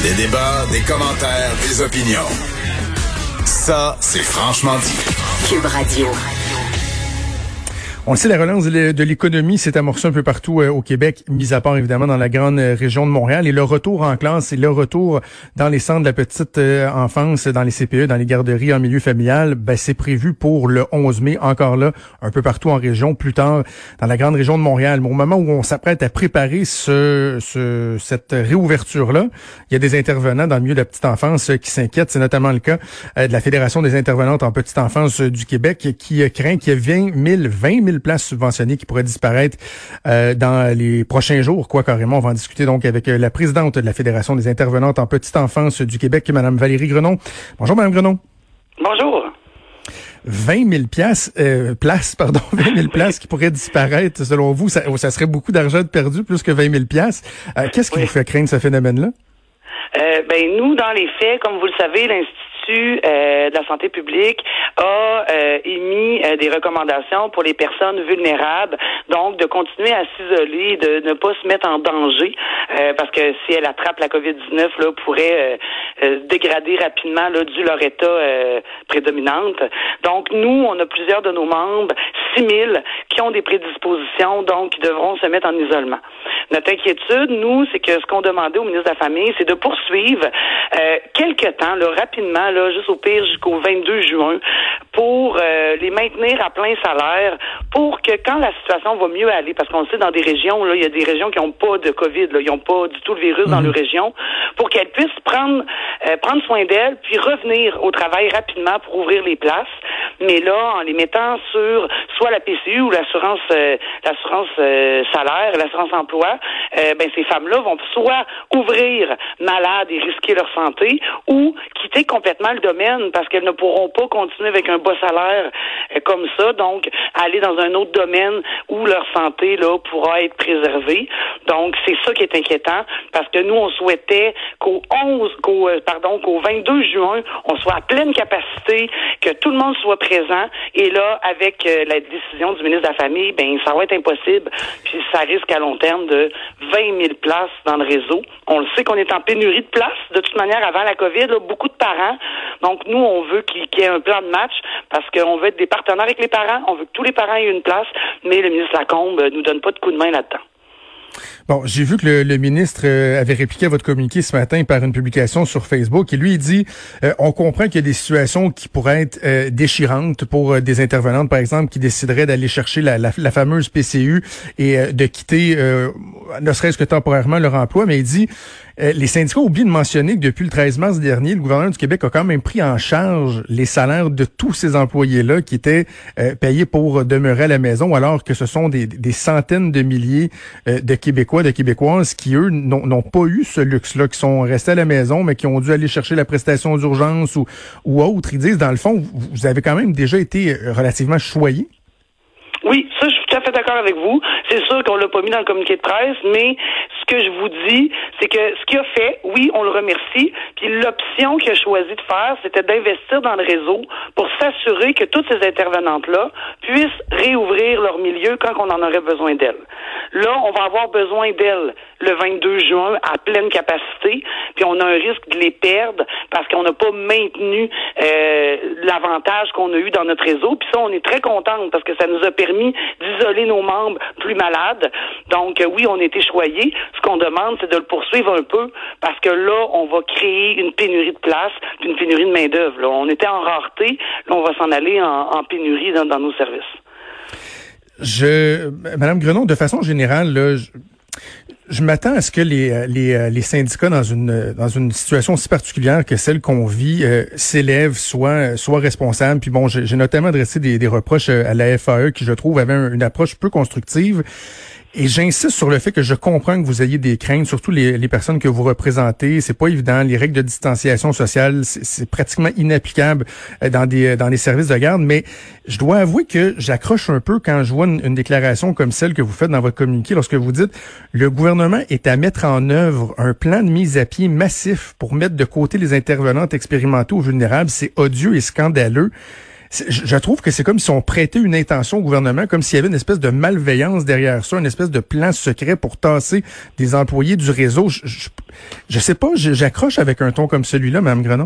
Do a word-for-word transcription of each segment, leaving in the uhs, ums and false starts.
Des débats, des commentaires, des opinions. Ça, c'est franchement dit. Cube Radio. On le sait, la relance de l'économie s'est amorcée un peu partout euh, au Québec, mis à part évidemment dans la grande euh, région de Montréal. Et le retour en classe et le retour dans les centres de la petite euh, enfance, dans les C P E, dans les garderies en milieu familial, ben, c'est prévu pour le onze mai, encore là, un peu partout en région, plus tard dans la grande région de Montréal. Mais au moment où on s'apprête à préparer ce, ce cette réouverture-là, il y a des intervenants dans le milieu de la petite enfance euh, qui s'inquiètent. C'est notamment le cas euh, de la Fédération des intervenantes en petite enfance euh, du Québec qui euh, craint qu'il y ait vingt mille places subventionnées qui pourraient disparaître euh, dans les prochains jours, quoi carrément. On va en discuter donc avec euh, la présidente de la Fédération des intervenantes en petite enfance du Québec, Mme Valérie Grenon. Bonjour, Mme Grenon. Bonjour. vingt mille piastres, euh, places, pardon, vingt mille places qui pourraient disparaître, selon vous, ça, ça serait beaucoup d'argent de perdu, plus que vingt mille piastres. Euh, qu'est-ce qui oui. vous fait craindre ce phénomène-là? Euh, ben, nous, dans les faits, comme vous le savez, l'Institut Euh, de la santé publique a euh, émis euh, des recommandations pour les personnes vulnérables, donc de continuer à s'isoler, de ne pas se mettre en danger, euh, parce que si elle attrape la covid dix-neuf, là, pourrait euh, euh, dégrader rapidement là, dû leur état euh, prédominante. Donc, nous, on a plusieurs de nos membres, six mille, qui ont des prédispositions, donc qui devront se mettre en isolement. Notre inquiétude, nous, c'est que ce qu'on demandait au ministre de la Famille, c'est de poursuivre euh, quelque temps, là, rapidement, là, juste au pire jusqu'au vingt-deux juin, pour euh, les maintenir à plein salaire, pour que quand la situation va mieux aller, parce qu'on le sait, dans des régions, là, il y a des régions qui n'ont pas de COVID, là, ils n'ont pas du tout le virus mmh. dans leur région, pour qu'elles puissent prendre euh, prendre soin d'elles, puis revenir au travail rapidement pour ouvrir les places. Mais là, en les mettant sur soit la P C U ou l'assurance euh, l'assurance euh, salaire, l'assurance emploi, euh, ben ces femmes-là vont soit ouvrir malades et risquer leur santé, ou quitter complètement le domaine parce qu'elles ne pourront pas continuer avec un bas salaire euh, comme ça, donc aller dans un autre domaine où leur santé là pourra être préservée. Donc c'est ça qui est inquiétant, parce que nous on souhaitait qu'au onze, qu'au euh, pardon, qu'au vingt-deux juin, on soit à pleine capacité, que tout le monde soit présent. Et là, avec euh, la décision du ministre de la Famille, ben ça va être impossible. Puis ça risque à long terme de vingt mille places dans le réseau. On le sait qu'on est en pénurie de places. De toute manière, avant la COVID, là, beaucoup de parents. Donc, nous, on veut qu'il, qu'il y ait un plan de match parce qu'on veut être des partenaires avec les parents. On veut que tous les parents aient une place, mais le ministre Lacombe nous donne pas de coup de main là-dedans. Bon, j'ai vu que le, le ministre euh, avait répliqué à votre communiqué ce matin par une publication sur Facebook et lui, il dit euh, on comprend qu'il y a des situations qui pourraient être euh, déchirantes pour euh, des intervenantes, par exemple, qui décideraient d'aller chercher la, la, la fameuse P C U et euh, de quitter, euh, ne serait-ce que temporairement, leur emploi. Mais il dit euh, les syndicats oublient de mentionner que depuis le treize mars dernier, le gouvernement du Québec a quand même pris en charge les salaires de tous ces employés-là qui étaient euh, payés pour demeurer à la maison, alors que ce sont des, des centaines de milliers euh, de Québécois, de Québécoises qui, eux, n'ont, n'ont pas eu ce luxe-là, qui sont restés à la maison, mais qui ont dû aller chercher la prestation d'urgence ou, ou autre. Ils disent, dans le fond, vous avez quand même déjà été relativement choyés. Oui, ça, je suis tout à fait d'accord avec vous. C'est sûr qu'on l'a pas mis dans le communiqué de presse, mais ce que je vous dis, c'est que ce qu'il a fait, oui, on le remercie, puis l'option qu'il a choisi de faire, c'était d'investir dans le réseau pour s'assurer que toutes ces intervenantes-là puissent réouvrir leur milieu quand on en aurait besoin d'elles. Là, on va avoir besoin d'elles le vingt-deux juin à pleine capacité, puis on a un risque de les perdre parce qu'on n'a pas maintenu euh, l'avantage qu'on a eu dans notre réseau, puis ça, on est très contente parce que ça nous a permis d'isoler nos membres plus malades. Donc, euh, oui, on a été choyés. Ce qu'on demande, c'est de le poursuivre un peu parce que là, on va créer une pénurie de place puis une pénurie de main-d'œuvre. Là. On était en rareté. Là, on va s'en aller en, en pénurie dans, dans nos services. Je, Madame Grenon, de façon générale, là, je... Je m'attends à ce que les, les, les syndicats dans une dans une situation aussi particulière que celle qu'on vit euh, s'élèvent, soient soient responsables. Puis bon, j'ai, j'ai notamment adressé des, des reproches à la F A E qui, je trouve, avait un, une approche peu constructive. Et j'insiste sur le fait que je comprends que vous ayez des craintes, surtout les, les personnes que vous représentez. C'est pas évident. Les règles de distanciation sociale, c'est, c'est pratiquement inapplicable dans des dans les services de garde. Mais je dois avouer que j'accroche un peu quand je vois une, une déclaration comme celle que vous faites dans votre communiqué, lorsque vous dites le gouvernement est à mettre en œuvre un plan de mise à pied massif pour mettre de côté les intervenantes expérimentées ou vulnérables. C'est odieux et scandaleux. Je trouve que c'est comme si on prêtait une intention au gouvernement, comme s'il y avait une espèce de malveillance derrière ça, une espèce de plan secret pour tasser des employés du réseau. Je, je, je sais pas, j'accroche avec un ton comme celui-là, Mme Grenon.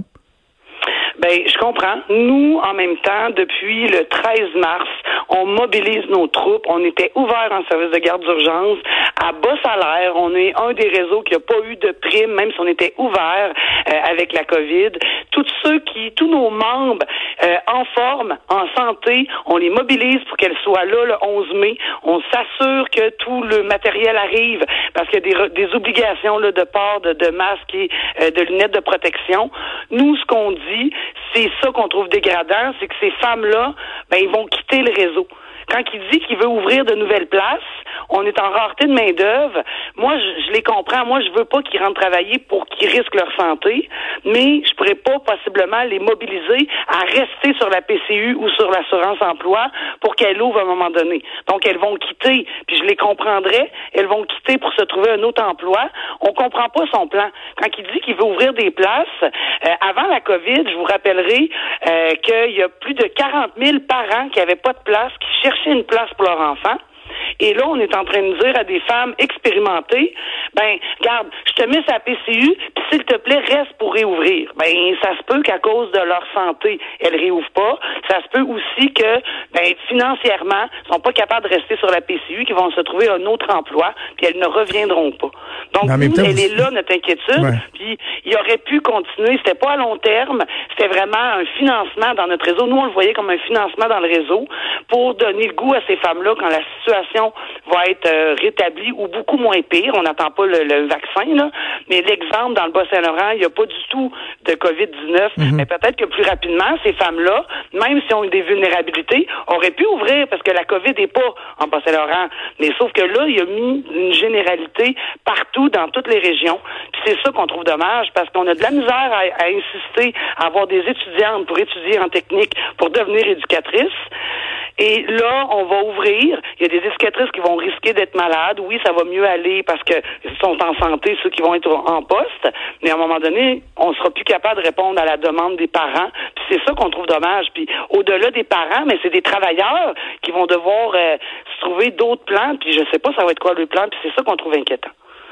Ben, je comprends. Nous, en même temps, depuis le treize mars, on mobilise nos troupes. On était ouverts en service de garde d'urgence à bas salaire. On est un des réseaux qui n'a pas eu de prime, même si on était ouvert euh, avec la COVID. Tous ceux qui, tous nos membres euh, en forme, en santé, on les mobilise pour qu'elles soient là le onze mai. On s'assure que tout le matériel arrive parce qu'il y a des, des obligations là, de port de, de masques et euh, de lunettes de protection. Nous, ce qu'on dit, c'est ça qu'on trouve dégradant, c'est que ces femmes-là, ben, ils vont quitter le réseau. Quand il dit qu'il veut ouvrir de nouvelles places, on est en rareté de main-d'œuvre. Moi, je, je les comprends. Moi, je veux pas qu'ils rentrent travailler pour qu'ils risquent leur santé, mais je pourrais pas possiblement les mobiliser à rester sur la P C U ou sur l'assurance emploi pour qu'elles ouvrent à un moment donné. Donc, elles vont quitter, puis je les comprendrais, elles vont quitter pour se trouver un autre emploi. On comprend pas son plan. Quand il dit qu'il veut ouvrir des places, euh, avant la COVID, je vous rappellerai euh, qu'il y a plus de quarante mille parents qui avaient pas de place, qui cherchaient une place pour leur enfant. Et là, on est en train de dire à des femmes expérimentées, ben, regarde, je te mets sa P C U, puis s'il te plaît, reste pour réouvrir. Ben, ça se peut qu'à cause de leur santé, elles réouvrent pas. Ça se peut aussi que, ben, financièrement, elles sont pas capables de rester sur la P C U, qu'ils vont se trouver un autre emploi, puis elles ne reviendront pas. Donc, nous, temps, elle vous... est là, notre inquiétude, ouais. Puis il aurait pu continuer. C'était pas à long terme, c'était vraiment un financement dans notre réseau. Nous, on le voyait comme un financement dans le réseau pour donner le goût à ces femmes-là quand la situation va être euh, rétablie ou beaucoup moins pire. On n'attend pas le, le vaccin, là. Mais l'exemple, dans le Bas-Saint-Laurent, il n'y a pas du tout de covid dix-neuf. Mm-hmm. Mais peut-être que plus rapidement, ces femmes-là, même si ont eu des vulnérabilités, auraient pu ouvrir parce que la COVID n'est pas en Bas-Saint-Laurent. Mais sauf que là, il a mis une généralité partout dans toutes les régions. Puis c'est ça qu'on trouve dommage parce qu'on a de la misère à, à insister à avoir des étudiantes pour étudier en technique, pour devenir éducatrices. Et là, on va ouvrir. Il y a des éducatrices qui vont risquer d'être malades. Oui, ça va mieux aller parce que sont en santé ceux qui vont être en poste. Mais à un moment donné, on sera plus capable de répondre à la demande des parents. Puis c'est ça qu'on trouve dommage. Puis au-delà des parents, mais c'est des travailleurs qui vont devoir euh, se trouver d'autres plans. Puis je sais pas ça va être quoi le plan. Puis c'est ça qu'on trouve inquiétant.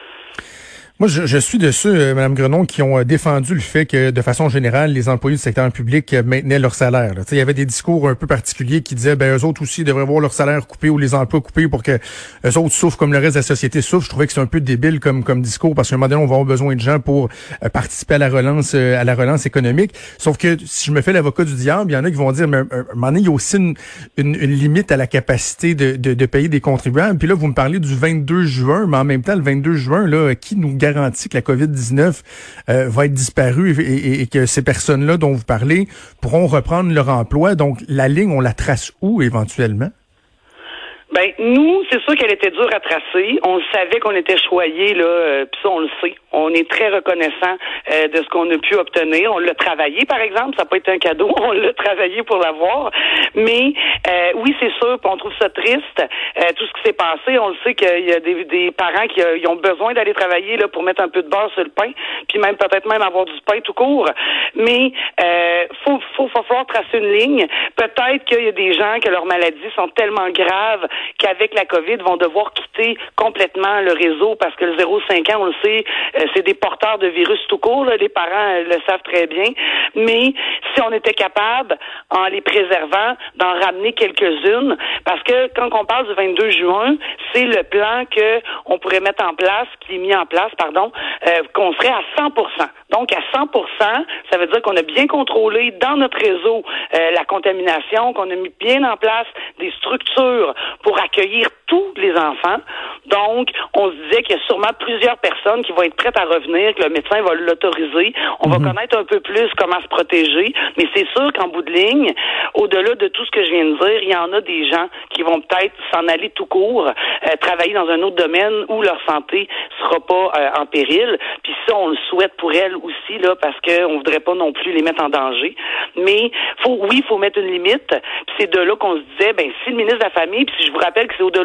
Moi, je, je suis de ceux, euh, Mme Grenon, qui ont euh, défendu le fait que, de façon générale, les employés du secteur public euh, maintenaient leur salaire. Il y avait des discours un peu particuliers qui disaient, ben eux autres aussi devraient avoir leur salaire coupé ou les emplois coupés pour que eux autres souffrent comme le reste de la société souffre. Je trouvais que c'est un peu débile comme comme discours parce qu'à un moment donné, on va avoir besoin de gens pour euh, participer à la relance euh, à la relance économique. Sauf que si je me fais l'avocat du diable, il y en a qui vont dire, mais à un moment donné, il y a aussi une, une, une limite à la capacité de, de, de payer des contribuables. Puis là, vous me parlez du vingt-deux juin, mais en même temps, le vingt-deux juin, là, qui nous garantit que la covid dix-neuf euh, va être disparue et, et, et que ces personnes-là dont vous parlez pourront reprendre leur emploi. Donc, la ligne, on la trace où éventuellement? Ben nous, c'est sûr qu'elle était dure à tracer. On savait qu'on était choyés, là, euh, puis ça, on le sait. On est très reconnaissant euh, de ce qu'on a pu obtenir. On l'a travaillé, par exemple. Ça n'a pas été un cadeau. On l'a travaillé pour l'avoir. Mais euh, oui, c'est sûr, puis on trouve ça triste. Euh, tout ce qui s'est passé, on le sait qu'il y a des, des parents qui euh, ils ont besoin d'aller travailler là pour mettre un peu de beurre sur le pain, puis même peut-être même avoir du pain tout court. Mais euh, faut, faut, faut falloir tracer une ligne. Peut-être qu'il y a des gens que leurs maladies sont tellement graves qu'avec la COVID, vont devoir quitter complètement le réseau parce que le zéro cinq ans, on le sait, euh, c'est des porteurs de virus tout court. Là, les parents euh, le savent très bien. Mais si on était capable, en les préservant, d'en ramener quelques-unes, parce que quand on parle du vingt-deux juin, c'est le plan que on pourrait mettre en place, qui est mis en place, pardon, euh, qu'on serait à cent pour cent. Donc, à cent pour cent, ça veut dire qu'on a bien contrôlé dans notre réseau euh, la contamination, qu'on a mis bien en place des structures pour accueillir tous les enfants. Donc, on se disait qu'il y a sûrement plusieurs personnes qui vont être prêtes à revenir, que le médecin va l'autoriser. On mm-hmm. va connaître un peu plus comment se protéger. Mais c'est sûr qu'en bout de ligne, au-delà de tout ce que je viens de dire, il y en a des gens qui vont peut-être s'en aller tout court, euh, travailler dans un autre domaine où leur santé sera pas euh, en péril. Puis ça, on le souhaite pour elles aussi, là, parce qu'on voudrait pas non plus les mettre en danger. Mais faut, oui, il faut mettre une limite. Puis c'est de là qu'on se disait, ben si le ministre de la Famille, puis si je vous rappelle que c'est au-delà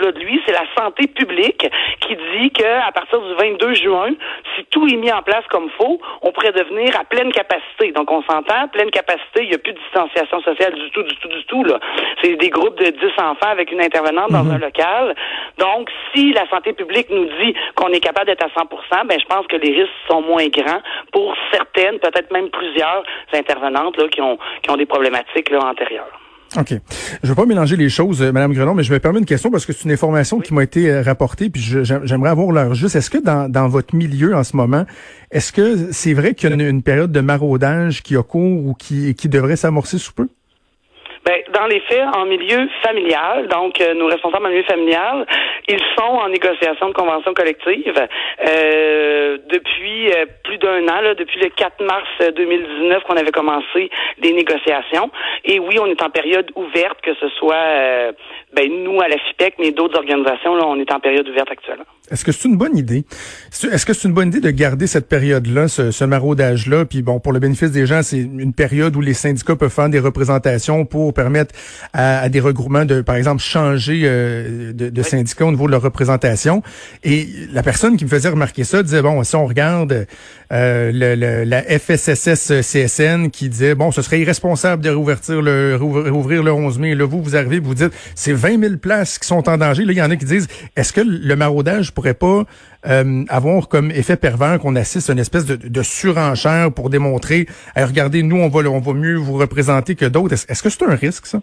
au-delà de lui, c'est la santé publique qui dit qu'à partir du vingt-deux juin, si tout est mis en place comme faut, on pourrait devenir à pleine capacité. Donc, on s'entend, pleine capacité, il n'y a plus de distanciation sociale du tout, du tout, du tout, là. C'est des groupes de dix enfants avec une intervenante dans mm-hmm. un local. Donc, si la santé publique nous dit qu'on est capable d'être à cent pour cent, ben, je pense que les risques sont moins grands pour certaines, peut-être même plusieurs intervenantes, là, qui ont, qui ont des problématiques, là, antérieures. OK. Je veux pas mélanger les choses, euh, Mme Grenon, mais je me permets une question parce que c'est une information oui. qui m'a été euh, rapportée, puis je, j'aimerais avoir l'heure juste. Est-ce que dans, dans votre milieu en ce moment, est-ce que c'est vrai qu'il y a une, une période de maraudage qui a cours ou qui, qui devrait s'amorcer sous peu? Ben, dans les faits, en milieu familial, donc euh, nos responsables en milieu familial, ils sont en négociation de convention collective euh, depuis euh, plus d'un an, là, depuis le quatre mars deux mille dix-neuf qu'on avait commencé les négociations. Et oui, on est en période ouverte, que ce soit euh, ben nous à la FIPEC, mais d'autres organisations, là, on est en période ouverte actuellement. Est-ce que c'est une bonne idée? Est-ce que c'est une bonne idée de garder cette période-là, ce, ce maraudage-là? Puis bon, pour le bénéfice des gens, c'est une période où les syndicats peuvent faire des représentations pour permettre à, à des regroupements de, par exemple, changer euh, de, de oui. syndicats au niveau de leur représentation. Et la personne qui me faisait remarquer ça disait, bon, si on regarde euh, le, le, la F S S S C S N qui disait, bon, ce serait irresponsable de réouvertir le, réouvrir le onze mai. Là, vous, vous arrivez, vous dites, c'est vingt mille places qui sont en danger. Là, il y en a qui disent, est-ce que le maraudage pourrait pas euh, avoir comme effet pervers qu'on assiste à une espèce de, de surenchère pour démontrer, hey, regardez, nous, on va, on va mieux vous représenter que d'autres. Est-ce, est-ce que c'est un risque, ça?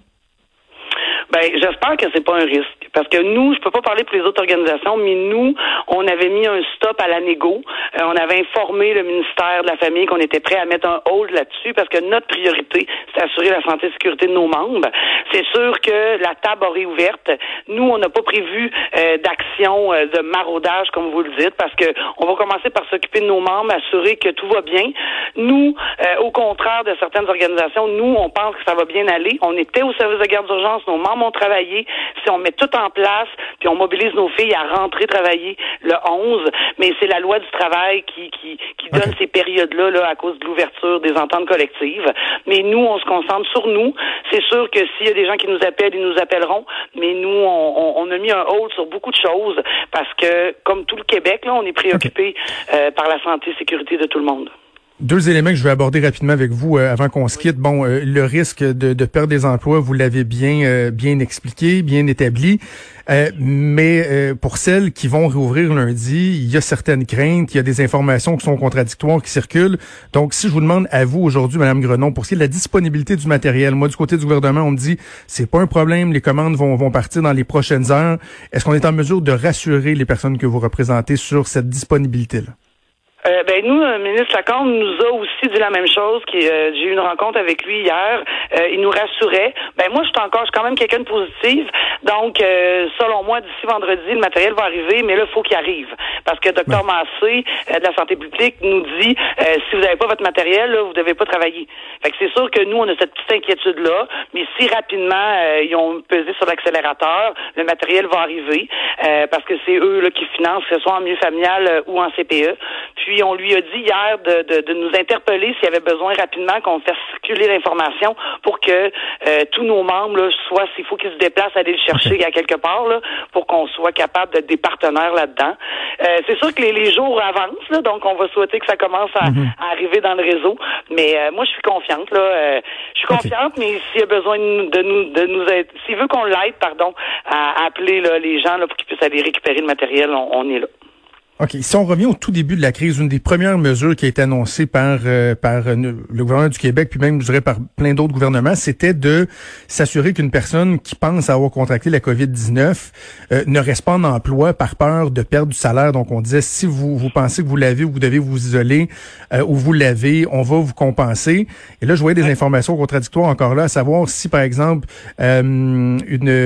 Ben, j'espère que c'est pas un risque. Parce que nous, je peux pas parler pour les autres organisations, mais nous, on avait mis un stop à la négo. Euh, on avait informé le ministère de la Famille qu'on était prêt à mettre un hold là-dessus parce que notre priorité, c'est assurer la santé et sécurité de nos membres. C'est sûr que la table aurait ouverte. Nous, on n'a pas prévu euh, d'action euh, de maraudage, comme vous le dites, parce que on va commencer par s'occuper de nos membres, assurer que tout va bien. Nous, euh, au contraire de certaines organisations, nous, on pense que ça va bien aller. On était au service de garde d'urgence, nos membres ont travaillé. Si on met tout en place, puis on mobilise nos filles à rentrer travailler le onze, mais c'est la loi du travail qui qui, qui donne okay. ces périodes-là là, à cause de l'ouverture des ententes collectives. Mais nous, on se concentre sur nous. C'est sûr que s'il y a des gens qui nous appellent, ils nous appelleront, mais nous, on, on, on a mis un hold sur beaucoup de choses parce que, comme tout le Québec, là, on est préoccupé okay. euh, par la santé et la sécurité de tout le monde. Deux éléments que je vais aborder rapidement avec vous euh, avant qu'on se quitte. Bon, euh, le risque de, de perdre des emplois, vous l'avez bien euh, bien expliqué, bien établi. Euh, mais euh, pour celles qui vont réouvrir lundi, il y a certaines craintes, il y a des informations qui sont contradictoires, qui circulent. Donc, si je vous demande à vous aujourd'hui, Mme Grenon, pour ce qui est de la disponibilité du matériel, moi, du côté du gouvernement, on me dit c'est pas un problème, les commandes vont, vont partir dans les prochaines heures. Est-ce qu'on est en mesure de rassurer les personnes que vous représentez sur cette disponibilité-là? Euh, ben nous, le ministre Lacombe nous a aussi dit la même chose. Qui, euh, j'ai eu une rencontre avec lui hier. Euh, il nous rassurait. Ben moi, je suis encore, je suis quand même quelqu'un de positive. Donc, euh, selon moi, d'ici vendredi, le matériel va arriver, mais là, il faut qu'il arrive. Parce que Dr Massé, euh, de la santé publique, nous dit euh, si vous n'avez pas votre matériel, là, vous devez pas travailler. Fait que c'est sûr que nous, on a cette petite inquiétude-là, mais si rapidement euh, ils ont pesé sur l'accélérateur, le matériel va arriver, euh, parce que c'est eux là qui financent, que ce soit en milieu familial euh, ou en C P E. Puis on lui a dit hier de, de, de nous interpeller s'il y avait besoin rapidement qu'on fasse circuler l'information pour que euh, tous nos membres, là, soit s'il faut qu'ils se déplacent aller le chercher okay. à quelque part, là, pour qu'on soit capable d'être des partenaires là-dedans. Euh, c'est sûr que les, les jours avancent, là, donc on va souhaiter que ça commence à, mm-hmm. à arriver dans le réseau. Mais euh, moi, je suis confiante. Là, euh, je suis confiante, okay. mais s'il y a besoin de nous, de nous aider, s'il veut qu'on l'aide, pardon, à, à appeler là, les gens là, pour qu'ils puissent aller récupérer le matériel, on, on est là. OK. Si on revient au tout début de la crise, une des premières mesures qui a été annoncée par euh, par euh, le gouvernement du Québec, puis même, je dirais, par plein d'autres gouvernements, c'était de s'assurer qu'une personne qui pense avoir contracté la covid dix-neuf euh, ne reste pas en emploi par peur de perdre du salaire. Donc, on disait, si vous vous pensez que vous l'avez ou vous devez vous isoler euh, ou vous l'avez, on va vous compenser. Et là, je voyais des informations contradictoires encore là, à savoir si, par exemple, euh, une,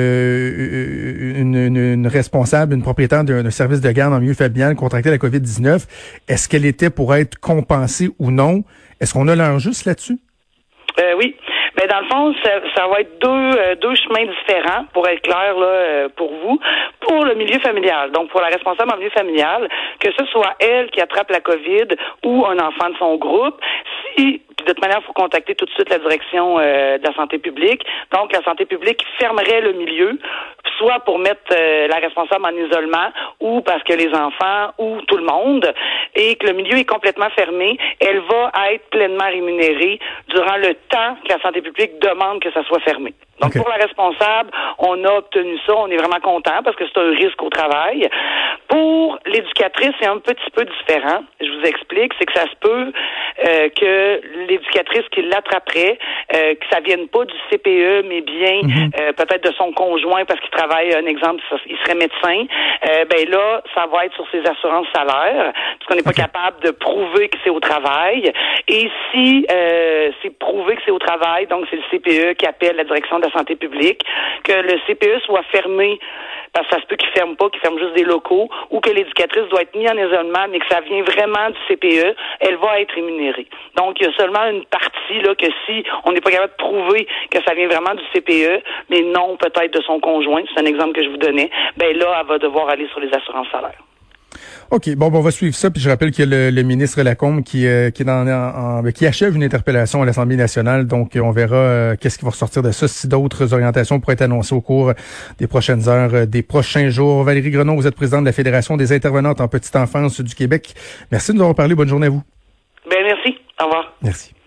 une, une, une responsable, une propriétaire d'un, d'un service de garde en milieu familial contracté la covid dix-neuf, est-ce qu'elle était pour être compensée ou non? Est-ce qu'on a l'heure juste là-dessus? Euh, oui. Ben dans le fond, ça, ça va être deux euh, deux chemins différents, pour être clair là euh, pour vous. Pour le milieu familial, donc pour la responsable en milieu familial, que ce soit elle qui attrape la COVID ou un enfant de son groupe, si Puis de toute manière, il faut contacter tout de suite la direction euh, de la santé publique. Donc, la santé publique fermerait le milieu, soit pour mettre euh, la responsable en isolement, ou parce que les enfants, ou tout le monde, et que le milieu est complètement fermé, elle va être pleinement rémunérée durant le temps que la santé publique demande que ça soit fermé. Donc, okay. Pour la responsable, on a obtenu ça. On est vraiment content parce que c'est un risque au travail. Pour l'éducatrice, c'est un petit peu différent. Je vous explique. C'est que ça se peut euh, que l'éducatrice qui l'attraperait, euh, que ça vienne pas du C P E, mais bien mm-hmm. euh, peut-être de son conjoint parce qu'il travaille, un exemple, il serait médecin. Euh, ben là, ça va être sur ses assurances salaires parce qu'on n'est pas okay. capable de prouver que c'est au travail. Et si euh, c'est prouvé que c'est au travail, donc c'est le C P E qui appelle la direction de la santé publique, que le C P E soit fermé, parce que ça se peut qu'il ferme pas, qu'il ferme juste des locaux, ou que l'éducatrice doit être mise en isolement, mais que ça vient vraiment du C P E, elle va être rémunérée. Donc, il y a seulement une partie, là, que si on n'est pas capable de prouver que ça vient vraiment du C P E, mais non peut-être de son conjoint, c'est un exemple que je vous donnais, ben là, elle va devoir aller sur les assurances salaires. OK. Bon, bon, on va suivre ça. Puis je rappelle qu'il y a le, le ministre Lacombe qui, euh, qui est dans, en, en, qui achève une interpellation à l'Assemblée nationale. Donc, on verra euh, qu'est-ce qui va ressortir de ça, si d'autres orientations pourraient être annoncées au cours des prochaines heures, euh, des prochains jours. Valérie Grenon, vous êtes présidente de la Fédération des intervenantes en petite enfance du Québec. Merci de nous avoir parlé. Bonne journée à vous. Ben merci. Au revoir. Merci.